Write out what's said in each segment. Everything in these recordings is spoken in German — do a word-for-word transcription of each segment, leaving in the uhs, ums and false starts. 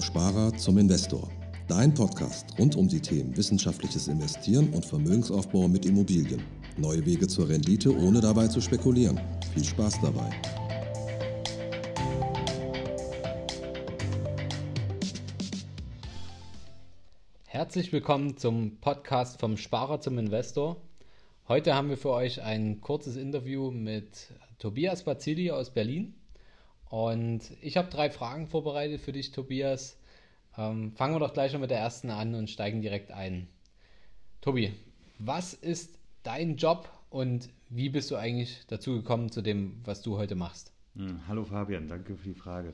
Vom Sparer zum Investor. Dein Podcast rund um die Themen wissenschaftliches Investieren und Vermögensaufbau mit Immobilien. Neue Wege zur Rendite, ohne dabei zu spekulieren. Viel Spaß dabei. Herzlich willkommen zum Podcast Vom Sparer zum Investor. Heute haben wir für euch ein kurzes Interview mit Tobias Bazzili aus Berlin. Und ich habe drei Fragen vorbereitet für dich, Tobias. Ähm, fangen wir doch gleich schon mit der ersten an und steigen direkt ein. Tobi, was ist dein Job und wie bist du eigentlich dazu gekommen zu dem, was du heute machst? Hm, hallo Fabian, danke für die Frage.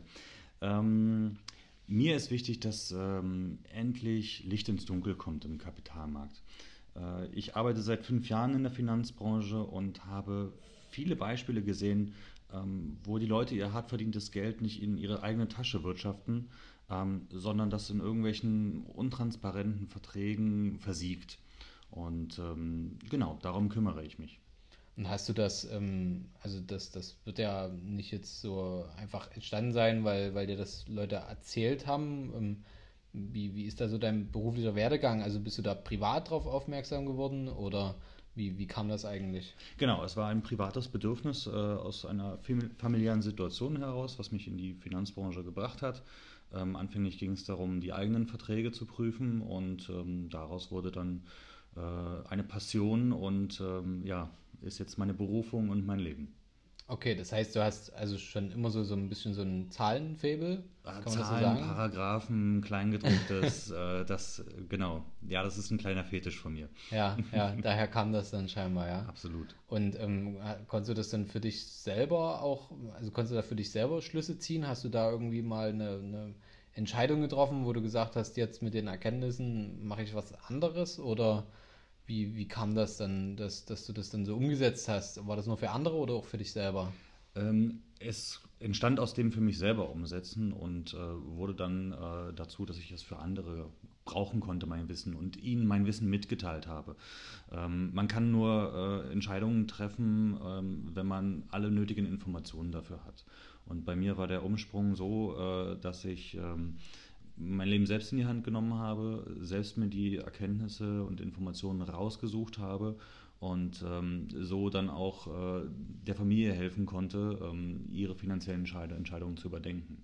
Ähm, mir ist wichtig, dass ähm, endlich Licht ins Dunkel kommt im Kapitalmarkt. Äh, ich arbeite seit fünf Jahren in der Finanzbranche und habe viele Beispiele gesehen, ähm, wo die Leute ihr hart verdientes Geld nicht in ihre eigene Tasche wirtschaften, ähm, sondern das in irgendwelchen untransparenten Verträgen versiegt. Und ähm, genau, darum kümmere ich mich. Und hast du das, ähm, also das, das wird ja nicht jetzt so einfach entstanden sein, weil, weil dir das Leute erzählt haben. Ähm, wie, wie ist da so dein beruflicher Werdegang? Also bist du da privat drauf aufmerksam geworden oder wie, wie kam das eigentlich? Genau, es war ein privates Bedürfnis äh, aus einer familiären Situation heraus, was mich in die Finanzbranche gebracht hat. Ähm, anfänglich ging es darum, die eigenen Verträge zu prüfen und ähm, daraus wurde dann äh, eine Passion und ähm, ja, ist jetzt meine Berufung und mein Leben. Okay, das heißt, du hast also schon immer so, so ein bisschen so ein Zahlenfaible, kann man das so Zahlen, sagen? Paragraphen, Kleingedrucktes, äh, das, genau, ja, das ist ein kleiner Fetisch von mir. Ja, ja, daher kam das dann scheinbar, ja. Absolut. Und ähm, konntest du das dann für dich selber auch, also konntest du da für dich selber Schlüsse ziehen? Hast du da irgendwie mal eine, eine Entscheidung getroffen, wo du gesagt hast, jetzt mit den Erkenntnissen mache ich was anderes? Oder wie, wie kam das dann, dass, dass du das dann so umgesetzt hast? War das nur für andere oder auch für dich selber? Ähm, es entstand aus dem für mich selber umsetzen und äh, wurde dann äh, dazu, dass ich es für andere brauchen konnte, mein Wissen und ihnen mein Wissen mitgeteilt habe. Ähm, man kann nur äh, Entscheidungen treffen, ähm, wenn man alle nötigen Informationen dafür hat. Und bei mir war der Umsprung so, äh, dass ich ähm, mein Leben selbst in die Hand genommen habe, selbst mir die Erkenntnisse und Informationen rausgesucht habe und ähm, so dann auch äh, der Familie helfen konnte, ähm, ihre finanziellen Entscheid- Entscheidungen zu überdenken.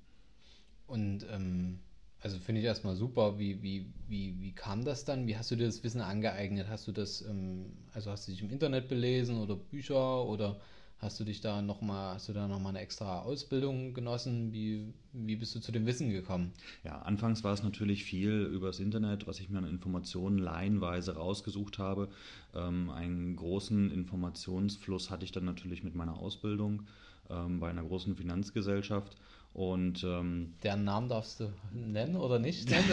Und ähm, also finde ich erstmal super, wie, wie, wie, wie kam das dann? Wie hast du dir das Wissen angeeignet? Hast du das, ähm, also hast du dich im Internet belesen oder Bücher oder hast du dich da nochmal, hast du da nochmal eine extra Ausbildung genossen? Wie, wie bist du zu dem Wissen gekommen? Ja, anfangs war es natürlich viel übers Internet, was ich mir an Informationen laienweise rausgesucht habe. Ähm, einen großen Informationsfluss hatte ich dann natürlich mit meiner Ausbildung ähm, bei einer großen Finanzgesellschaft. Und ähm, Deren Namen darfst du nennen oder nicht nennen?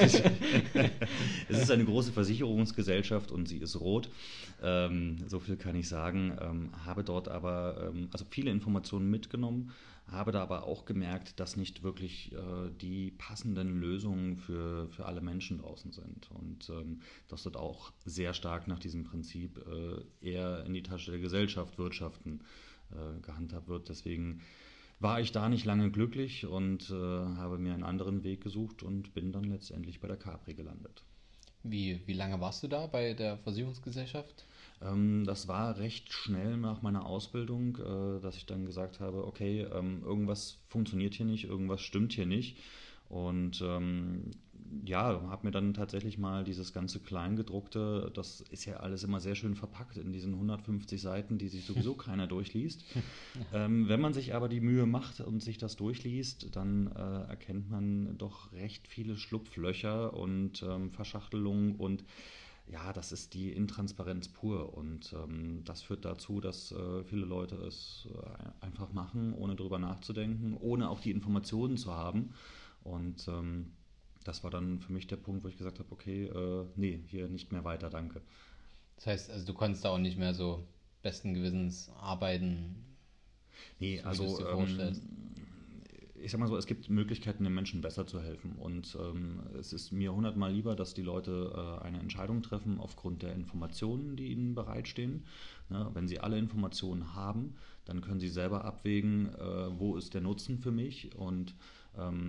es ist eine große Versicherungsgesellschaft und sie ist rot. Ähm, so viel kann ich sagen. Ähm, habe dort aber ähm, also viele Informationen mitgenommen, habe da aber auch gemerkt, dass nicht wirklich äh, die passenden Lösungen für, für alle Menschen draußen sind. Und ähm, dass dort auch sehr stark nach diesem Prinzip äh, eher in die Tasche der Gesellschaft wirtschaften äh, gehandhabt wird. Deswegen war ich da nicht lange glücklich und äh, habe mir einen anderen Weg gesucht und bin dann letztendlich bei der Capri gelandet. Wie, wie lange warst du da bei der Versicherungsgesellschaft? Ähm, das war recht schnell nach meiner Ausbildung, äh, dass ich dann gesagt habe, okay, ähm, irgendwas funktioniert hier nicht, irgendwas stimmt hier nicht. Und ähm, ja, habe mir dann tatsächlich mal dieses ganze Kleingedruckte, das ist ja alles immer sehr schön verpackt in diesen hundertfünfzig Seiten, die sich sowieso keiner durchliest. Ähm, wenn man sich aber die Mühe macht und sich das durchliest, dann äh, erkennt man doch recht viele Schlupflöcher und ähm, Verschachtelungen und ja, das ist die Intransparenz pur und ähm, das führt dazu, dass äh, viele Leute es äh, einfach machen, ohne drüber nachzudenken, ohne auch die Informationen zu haben. Und ähm, das war dann für mich der Punkt, wo ich gesagt habe, okay, äh, nee, hier nicht mehr weiter, danke. Das heißt, also du konntest da auch nicht mehr so besten Gewissens arbeiten, Nee, so wie du es also dir ähm, vorstellst. ich sag mal so, es gibt Möglichkeiten, den Menschen besser zu helfen. Und ähm, es ist mir hundertmal lieber, dass die Leute äh, eine Entscheidung treffen aufgrund der Informationen, die ihnen bereitstehen. Ne? Wenn sie alle Informationen haben, dann können sie selber abwägen, äh, wo ist der Nutzen für mich. Und ähm,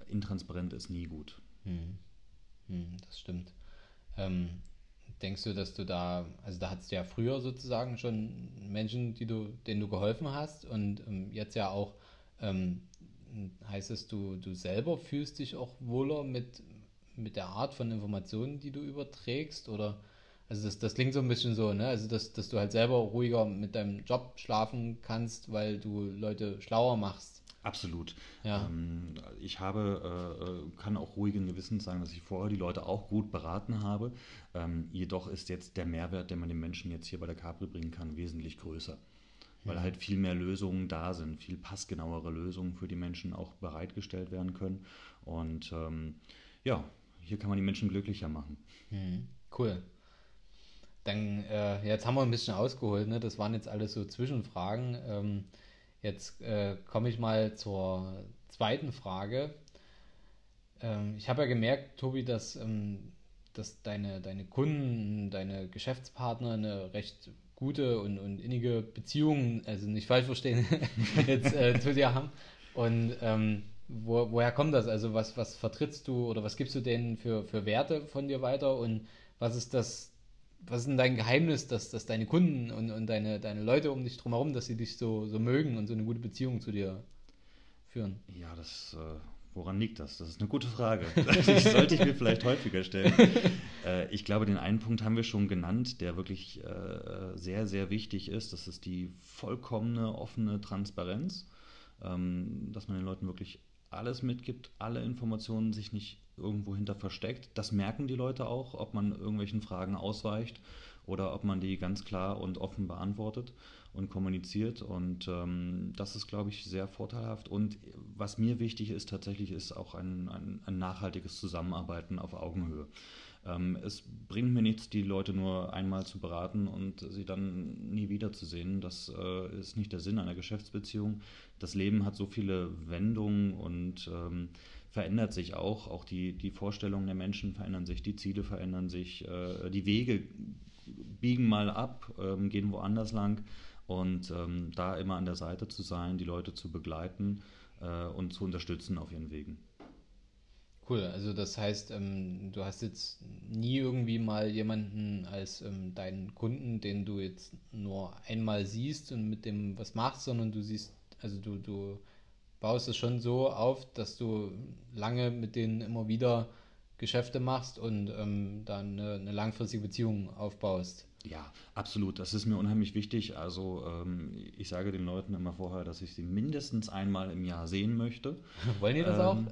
intransparent ist nie gut. Hm. Hm, das stimmt. Ähm, denkst du, dass du da, also da hattest du ja früher sozusagen schon Menschen, die du, denen du geholfen hast und ähm, jetzt ja auch, ähm, heißt es, du, du selber fühlst dich auch wohler mit, mit der Art von Informationen, die du überträgst, oder? Also das, das klingt so ein bisschen so, ne? Also dass, dass du halt selber ruhiger mit deinem Job schlafen kannst, weil du Leute schlauer machst. Absolut. Ja. Ähm, ich habe, äh, kann auch ruhigen Gewissens sagen, dass ich vorher die Leute auch gut beraten habe. Ähm, jedoch ist jetzt der Mehrwert, den man den Menschen jetzt hier bei der Capri bringen kann, wesentlich größer. Weil Mhm. halt viel mehr Lösungen da sind, viel passgenauere Lösungen für die Menschen auch bereitgestellt werden können. Und ähm, ja, hier kann man die Menschen glücklicher machen. Mhm. Cool. Dann, äh, jetzt haben wir ein bisschen ausgeholt, ne? Das waren jetzt alles so Zwischenfragen. Ähm, jetzt äh, komme ich mal zur zweiten Frage. Ähm, ich habe ja gemerkt, Tobi, dass, ähm, dass deine, deine Kunden, deine Geschäftspartner eine recht gute und, und innige Beziehung, also nicht falsch verstehen, jetzt äh, zu dir haben. Und ähm, wo, woher kommt das? Also was, was vertrittst du oder was gibst du denen für, für Werte von dir weiter und was ist das, was ist denn dein Geheimnis, dass, dass deine Kunden und, und deine, deine Leute um dich drumherum, dass sie dich so, so mögen und so eine gute Beziehung zu dir führen? Ja, das, äh, woran liegt das? Das ist eine gute Frage. Die sollte ich mir vielleicht häufiger stellen. Äh, ich glaube, den einen Punkt haben wir schon genannt, der wirklich äh, sehr, sehr wichtig ist. Das ist die vollkommene, offene Transparenz, ähm, dass man den Leuten wirklich alles mitgibt, alle Informationen, sich nicht irgendwo hinter versteckt. Das merken die Leute auch, ob man irgendwelchen Fragen ausweicht oder ob man die ganz klar und offen beantwortet und kommuniziert. Und ähm, das ist, glaube ich, sehr vorteilhaft. Und was mir wichtig ist tatsächlich, ist auch ein, ein, ein nachhaltiges Zusammenarbeiten auf Augenhöhe. Ähm, es bringt mir nichts, die Leute nur einmal zu beraten und sie dann nie wiederzusehen. Das äh, ist nicht der Sinn einer Geschäftsbeziehung. Das Leben hat so viele Wendungen und ähm, verändert sich auch. Auch die, die Vorstellungen der Menschen verändern sich, die Ziele verändern sich, äh, die Wege biegen mal ab, ähm, gehen woanders lang. Und ähm, da immer an der Seite zu sein, die Leute zu begleiten äh, und zu unterstützen auf ihren Wegen. Cool, also das heißt, ähm, du hast jetzt nie irgendwie mal jemanden als ähm, deinen Kunden, den du jetzt nur einmal siehst und mit dem was machst, sondern du siehst, also du, du baust es schon so auf, dass du lange mit denen immer wieder Geschäfte machst und ähm, dann eine, eine langfristige Beziehung aufbaust. Ja, absolut. Das ist mir unheimlich wichtig. Also ähm, ich sage den Leuten immer vorher, dass ich sie mindestens einmal im Jahr sehen möchte. Wollen die das auch? Ähm,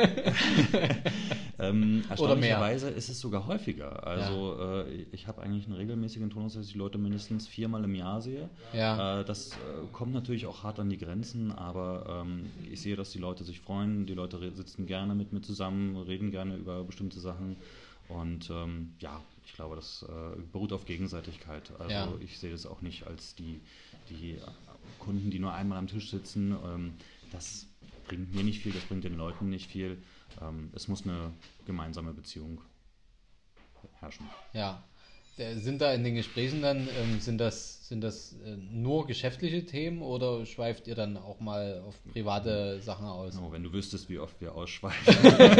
ähm, Oder mehr? erstaunlicherweise ist es sogar häufiger. Also Ja. äh, ich habe eigentlich einen regelmäßigen Turnus, dass ich die Leute mindestens viermal im Jahr sehe. Ja. Äh, das äh, kommt natürlich auch hart an die Grenzen, aber ähm, ich sehe, dass die Leute sich freuen. Die Leute re- sitzen gerne mit mir zusammen, reden gerne über bestimmte Sachen. Und ähm, ja, ich glaube, das äh, beruht auf Gegenseitigkeit. Also Ja. ich sehe das auch nicht als die, die Kunden, die nur einmal am Tisch sitzen. Ähm, das bringt mir nicht viel, das bringt den Leuten nicht viel. Ähm, es muss eine gemeinsame Beziehung herrschen. Ja. Äh, Sind da in den Gesprächen dann, ähm, sind das, sind das äh, nur geschäftliche Themen oder schweift ihr dann auch mal auf private Sachen aus? Oh, wenn du wüsstest, wie oft wir ausschweifen.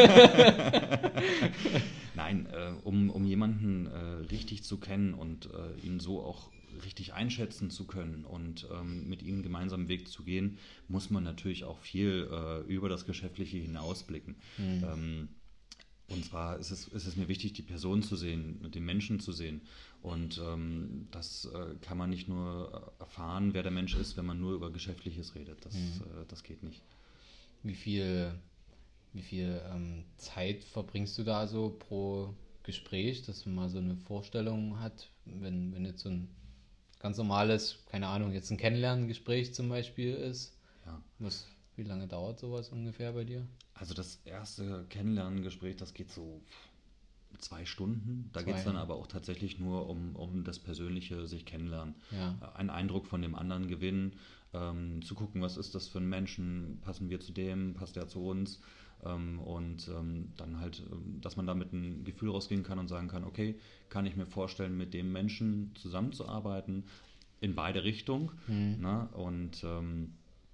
Nein, äh, um, um jemanden äh, richtig zu kennen und äh, ihn so auch richtig einschätzen zu können und ähm, mit ihm gemeinsam einen Weg zu gehen, muss man natürlich auch viel äh, über das Geschäftliche hinausblicken. Hm. Ähm, und zwar ist es, ist es mir wichtig, die Person zu sehen, den Menschen zu sehen. Und ähm, das äh, kann man nicht nur erfahren, wer der Mensch ist, wenn man nur über Geschäftliches redet. Das, Hm. äh, das geht nicht. Wie viel, wie viel ähm, Zeit verbringst du da so pro Gespräch, dass man mal so eine Vorstellung hat, wenn, wenn jetzt so ein ganz normales, keine Ahnung, jetzt ein Kennenlerngespräch zum Beispiel ist? Ja. Was, wie lange dauert sowas ungefähr bei dir? Also das erste Kennenlerngespräch, das geht so zwei Stunden. Da Zwei, geht es dann ja. aber auch tatsächlich nur um, um das persönliche sich kennenlernen. Ja. Einen Eindruck von dem anderen gewinnen, ähm, zu gucken, was ist das für ein Menschen, passen wir zu dem, passt der zu uns, ähm, und ähm, dann halt, ähm, dass man da mit einem Gefühl rausgehen kann und sagen kann, okay, kann ich mir vorstellen, mit dem Menschen zusammenzuarbeiten, in beide Richtungen, Hm. ne? Und ähm,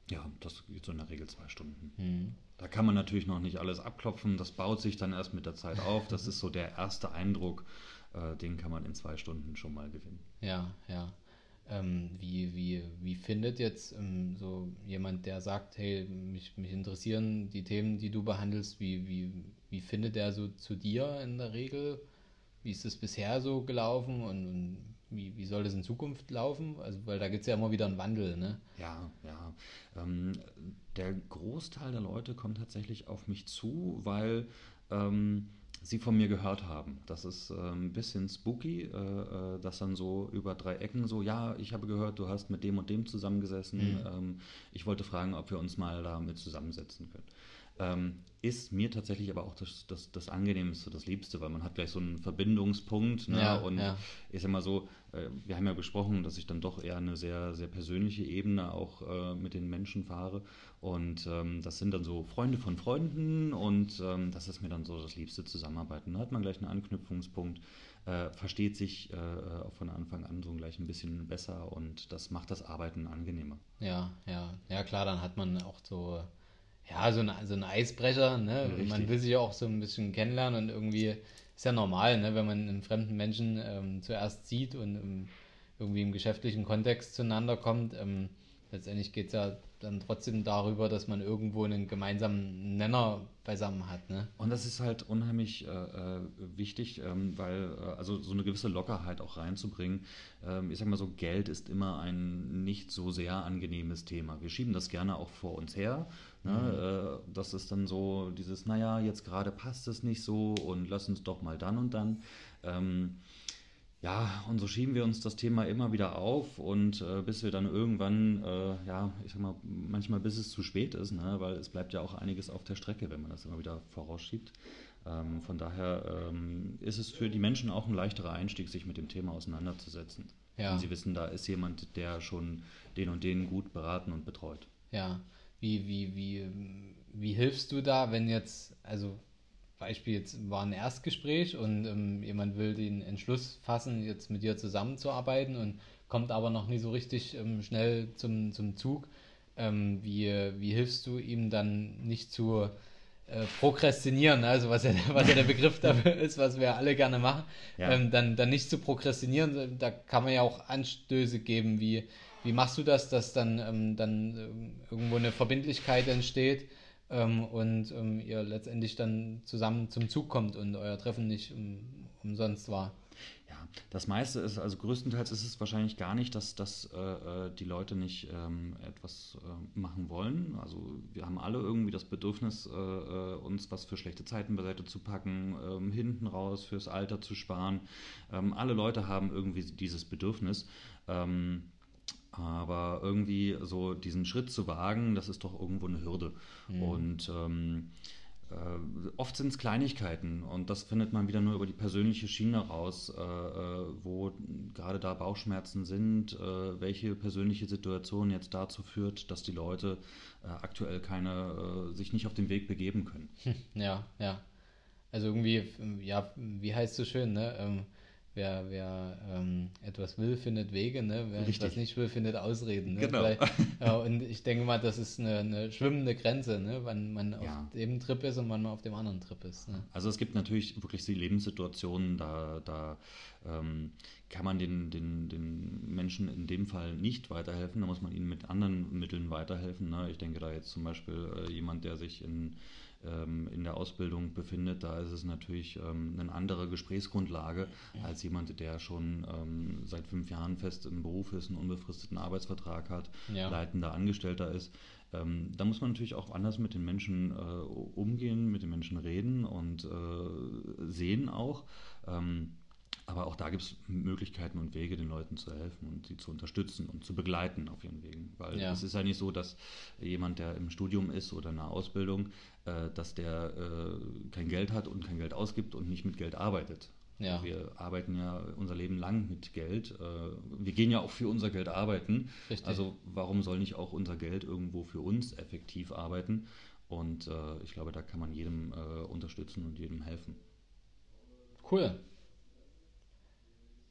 Ja, das geht so in der Regel zwei Stunden. Hm. Da kann man natürlich noch nicht alles abklopfen, das baut sich dann erst mit der Zeit auf. Das ist so der erste Eindruck, äh, den kann man in zwei Stunden schon mal gewinnen. Ja, ja. Ähm, wie, wie, wie findet jetzt ähm, so jemand, der sagt, hey, mich, mich interessieren die Themen, die du behandelst, wie, wie, wie findet der so zu dir in der Regel? Wie ist das bisher so gelaufen und, und wie, wie soll das in Zukunft laufen? Also, weil da gibt es ja immer wieder einen Wandel, ne? Ja, ja. Ähm, der Großteil der Leute kommt tatsächlich auf mich zu, weil ähm, sie von mir gehört haben. Das ist äh, ein bisschen spooky, äh, äh, dass dann so über drei Ecken so, ja, ich habe gehört, du hast mit dem und dem zusammengesessen. Hm. Ähm, ich wollte fragen, ob wir uns mal damit zusammensetzen können. Ähm, ist mir tatsächlich aber auch das, das, das Angenehmste, das Liebste, weil man hat gleich so einen Verbindungspunkt. Ne? Ja, Und ja, ich sag mal so, äh, wir haben ja besprochen, dass ich dann doch eher eine sehr, sehr persönliche Ebene auch äh, mit den Menschen fahre. Und ähm, das sind dann so Freunde von Freunden und ähm, das ist mir dann so das liebste Zusammenarbeiten. Da hat man gleich einen Anknüpfungspunkt, äh, versteht sich äh, auch von Anfang an so gleich ein bisschen besser und das macht das Arbeiten angenehmer. ja, ja. Ja, klar, dann hat man auch so, ja, so, eine, so einen Eisbrecher, ne? Man will Richtig. sich ja auch so ein bisschen kennenlernen und irgendwie ist ja normal, ne? Wenn man einen fremden Menschen ähm, zuerst sieht und ähm, irgendwie im geschäftlichen Kontext zueinander kommt. Ähm, letztendlich geht es ja dann trotzdem darüber, dass man irgendwo einen gemeinsamen Nenner beisammen hat, ne? Und das ist halt unheimlich äh, äh, wichtig, ähm, weil äh, also so eine gewisse Lockerheit auch reinzubringen. Ähm, ich sag mal so, Geld ist immer ein nicht so sehr angenehmes Thema. Wir schieben das gerne auch vor uns her. Mhm. Ne? Äh, das ist dann so dieses, naja, jetzt gerade passt es nicht so und lass uns doch mal dann und dann. Ähm, ja, und so schieben wir uns das Thema immer wieder auf und äh, bis wir dann irgendwann, äh, ja, ich sag mal, manchmal bis es zu spät ist, ne? Weil es bleibt ja auch einiges auf der Strecke, wenn man das immer wieder vorausschiebt. Ähm, von daher ähm, ist es für die Menschen auch ein leichterer Einstieg, sich mit dem Thema auseinanderzusetzen. Wenn Ja, sie wissen, da ist jemand, der schon den und den gut beraten und betreut. ja. Wie, wie, wie, ähm, wie hilfst du da, wenn jetzt, also Beispiel jetzt war ein Erstgespräch und ähm, jemand will den Entschluss fassen, jetzt mit dir zusammenzuarbeiten und kommt aber noch nie so richtig ähm, schnell zum, zum Zug. Ähm, wie, wie hilfst du ihm dann nicht zu äh, prokrastinieren, also was ja, was ja der Begriff dafür ist, was wir alle gerne machen, Ja. ähm, dann, dann nicht zu prokrastinieren, da kann man ja auch Anstöße geben, wie, wie machst du das, dass dann, ähm, dann ähm, irgendwo eine Verbindlichkeit entsteht ähm, und ähm, ihr letztendlich dann zusammen zum Zug kommt und euer Treffen nicht um, umsonst war. Ja, das meiste ist, also größtenteils ist es wahrscheinlich gar nicht, dass, dass äh, äh, die Leute nicht ähm, etwas äh, machen wollen. Also wir haben alle irgendwie das Bedürfnis, äh, äh, uns was für schlechte Zeiten beiseite zu packen, ähm, hinten raus fürs Alter zu sparen. Ähm, alle Leute haben irgendwie dieses Bedürfnis. Ähm, aber irgendwie so diesen Schritt zu wagen, das ist doch irgendwo eine Hürde. Hm. Und ähm, äh, oft sind es Kleinigkeiten und das findet man wieder nur über die persönliche Schiene raus, äh, äh, wo gerade da Bauchschmerzen sind, äh, welche persönliche Situation jetzt dazu führt, dass die Leute äh, aktuell keine, äh, sich nicht auf den Weg begeben können. Ja, ja. Also irgendwie, ja, wie heißt es so schön, ne? Ähm, wer wer ähm, etwas will, findet Wege, ne? Wer etwas Richtig, nicht will, findet Ausreden, ne? genau. Vielleicht, ja, und ich denke mal, das ist eine, eine schwimmende Grenze, ne? Wann man auf Ja. dem Trip ist und wann man auf dem anderen Trip ist, ne? Also es gibt natürlich wirklich die Lebenssituationen, da, da ähm, kann man den, den, den Menschen in dem Fall nicht weiterhelfen, da muss man ihnen mit anderen Mitteln weiterhelfen. Ne? Ich denke da jetzt zum Beispiel äh, jemand, der sich in, ähm, in der Ausbildung befindet, da ist es natürlich ähm, eine andere Gesprächsgrundlage als jemand, der schon ähm, seit fünf Jahren fest im Beruf ist, einen unbefristeten Arbeitsvertrag hat, Ja, leitender Angestellter ist. Ähm, da muss man natürlich auch anders mit den Menschen äh, umgehen, mit den Menschen reden und äh, sehen auch. Ähm, aber auch da gibt es Möglichkeiten und Wege, den Leuten zu helfen und sie zu unterstützen und zu begleiten auf ihren Wegen. Weil ja, es ist ja nicht so, dass jemand, der im Studium ist oder in einer Ausbildung, äh, dass der äh, kein Geld hat und kein Geld ausgibt und nicht mit Geld arbeitet. ja, Wir arbeiten ja unser Leben lang mit Geld. Äh, Wir gehen ja auch für unser Geld arbeiten. richtig. Also warum soll nicht auch unser Geld irgendwo für uns effektiv arbeiten? Und äh, ich glaube, da kann man jedem äh, unterstützen und jedem helfen. Cool.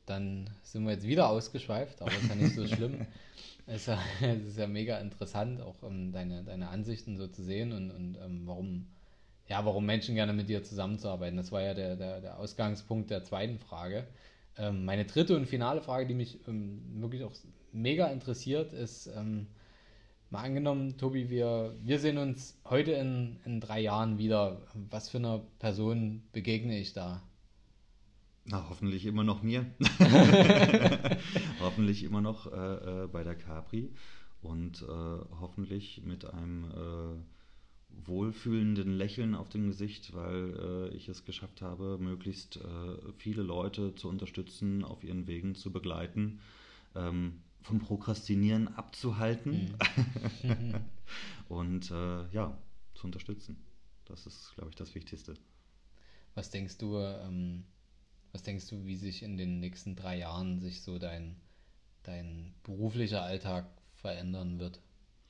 dann sind wir jetzt wieder ausgeschweift, aber ist ja nicht so schlimm. Es ist ja, es ist ja mega interessant, auch um, deine, deine Ansichten so zu sehen und, und um, warum, ja, warum Menschen gerne mit dir zusammenzuarbeiten. Das war ja der, der, der Ausgangspunkt der zweiten Frage. Ähm, meine dritte und finale Frage, die mich ähm, wirklich auch mega interessiert, ist, ähm, mal angenommen, Tobi, wir, wir sehen uns heute in, in drei Jahren wieder. Was für einer Person begegne ich da? Na, hoffentlich immer noch mir. Hoffentlich immer noch äh, äh, bei der Capri und äh, hoffentlich mit einem äh, wohlfühlenden Lächeln auf dem Gesicht, weil äh, ich es geschafft habe, möglichst äh, viele Leute zu unterstützen, auf ihren Wegen zu begleiten, ähm, vom Prokrastinieren abzuhalten mhm. und äh, ja, zu unterstützen. Das ist, glaube ich, das Wichtigste. Was denkst du, ähm Was denkst du, wie sich in den nächsten drei Jahren sich so dein, dein beruflicher Alltag verändern wird?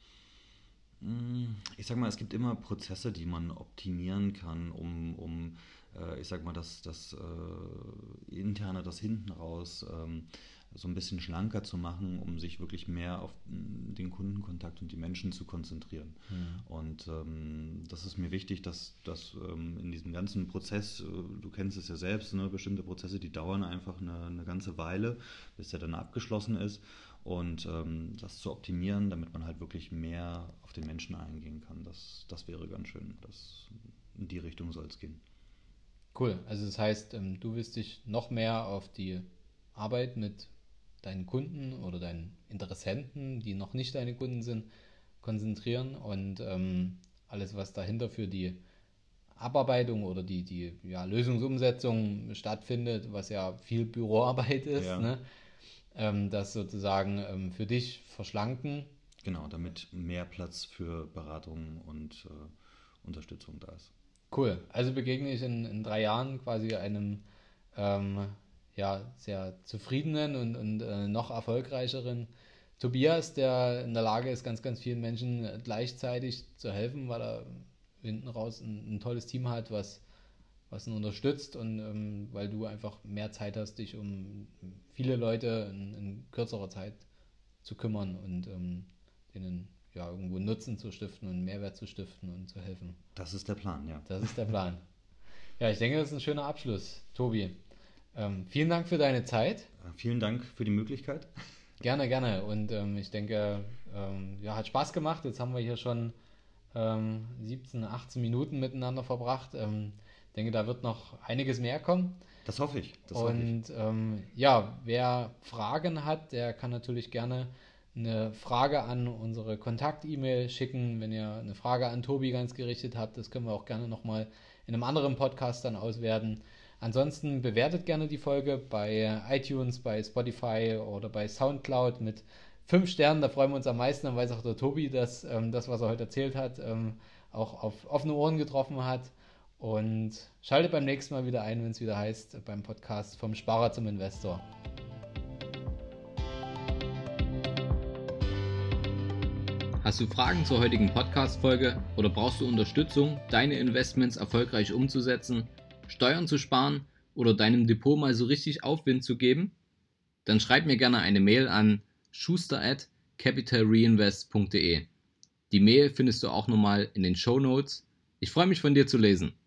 Ich sag mal, es gibt immer Prozesse, die man optimieren kann, um, um äh, ich sag mal, das, das äh, Interne, das hinten raus ähm, so ein bisschen schlanker zu machen, um sich wirklich mehr auf den Kundenkontakt und die Menschen zu konzentrieren. Mhm. Und ähm, das ist mir wichtig, dass, dass ähm, in diesem ganzen Prozess, äh, du kennst es ja selbst, ne, bestimmte Prozesse, die dauern einfach eine, eine ganze Weile, bis der dann abgeschlossen ist. Und ähm, das zu optimieren, damit man halt wirklich mehr auf den Menschen eingehen kann, das, das wäre ganz schön. Das, in die Richtung soll es gehen. Cool, also das heißt, ähm, du willst dich noch mehr auf die Arbeit mit deinen Kunden oder deinen Interessenten, die noch nicht deine Kunden sind, konzentrieren und ähm, alles, was dahinter für die Abarbeitung oder die, die ja, Lösungsumsetzung stattfindet, was ja viel Büroarbeit ist, ja. ne? ähm, das sozusagen ähm, für dich verschlanken. Genau, damit mehr Platz für Beratung und äh, Unterstützung da ist. Cool, also begegne ich in, in drei Jahren quasi einem ähm, ja, sehr zufriedenen und, und äh, noch erfolgreicheren Tobias, der in der Lage ist, ganz, ganz vielen Menschen gleichzeitig zu helfen, weil er hinten raus ein, ein tolles Team hat, was, was ihn unterstützt und ähm, weil du einfach mehr Zeit hast, dich um viele Leute in, in kürzerer Zeit zu kümmern und ähm, denen ja, irgendwo Nutzen zu stiften und Mehrwert zu stiften und zu helfen. Das ist der Plan, ja. Das ist der Plan. Ja, ich denke, das ist ein schöner Abschluss, Tobi. Ähm, vielen Dank für deine Zeit. Vielen Dank für die Möglichkeit. Gerne, gerne. Und ähm, ich denke, ähm, ja, hat Spaß gemacht. Jetzt haben wir hier schon ähm, siebzehn, achtzehn Minuten miteinander verbracht. Ähm, ich denke, da wird noch einiges mehr kommen. Das hoffe ich. Das Und hoffe ich. Ähm, ja, wer Fragen hat, der kann natürlich gerne eine Frage an unsere Kontakt-E-Mail schicken. Wenn ihr eine Frage an Tobi ganz gerichtet habt, das können wir auch gerne nochmal in einem anderen Podcast dann auswerten. Ansonsten bewertet gerne die Folge bei iTunes, bei Spotify oder bei Soundcloud mit fünf Sternen. Da freuen wir uns am meisten. Dann weiß auch der Tobi, dass ähm, das, was er heute erzählt hat, ähm, auch auf offene Ohren getroffen hat. Und schaltet beim nächsten Mal wieder ein, wenn es wieder heißt, beim Podcast vom Sparer zum Investor. Hast du Fragen zur heutigen Podcast-Folge oder brauchst du Unterstützung, deine Investments erfolgreich umzusetzen, Steuern zu sparen oder deinem Depot mal so richtig Aufwind zu geben? Dann schreib mir gerne eine Mail an schuster at capital reinvest punkt de. Die Mail findest du auch nochmal in den Shownotes. Ich freue mich von dir zu lesen.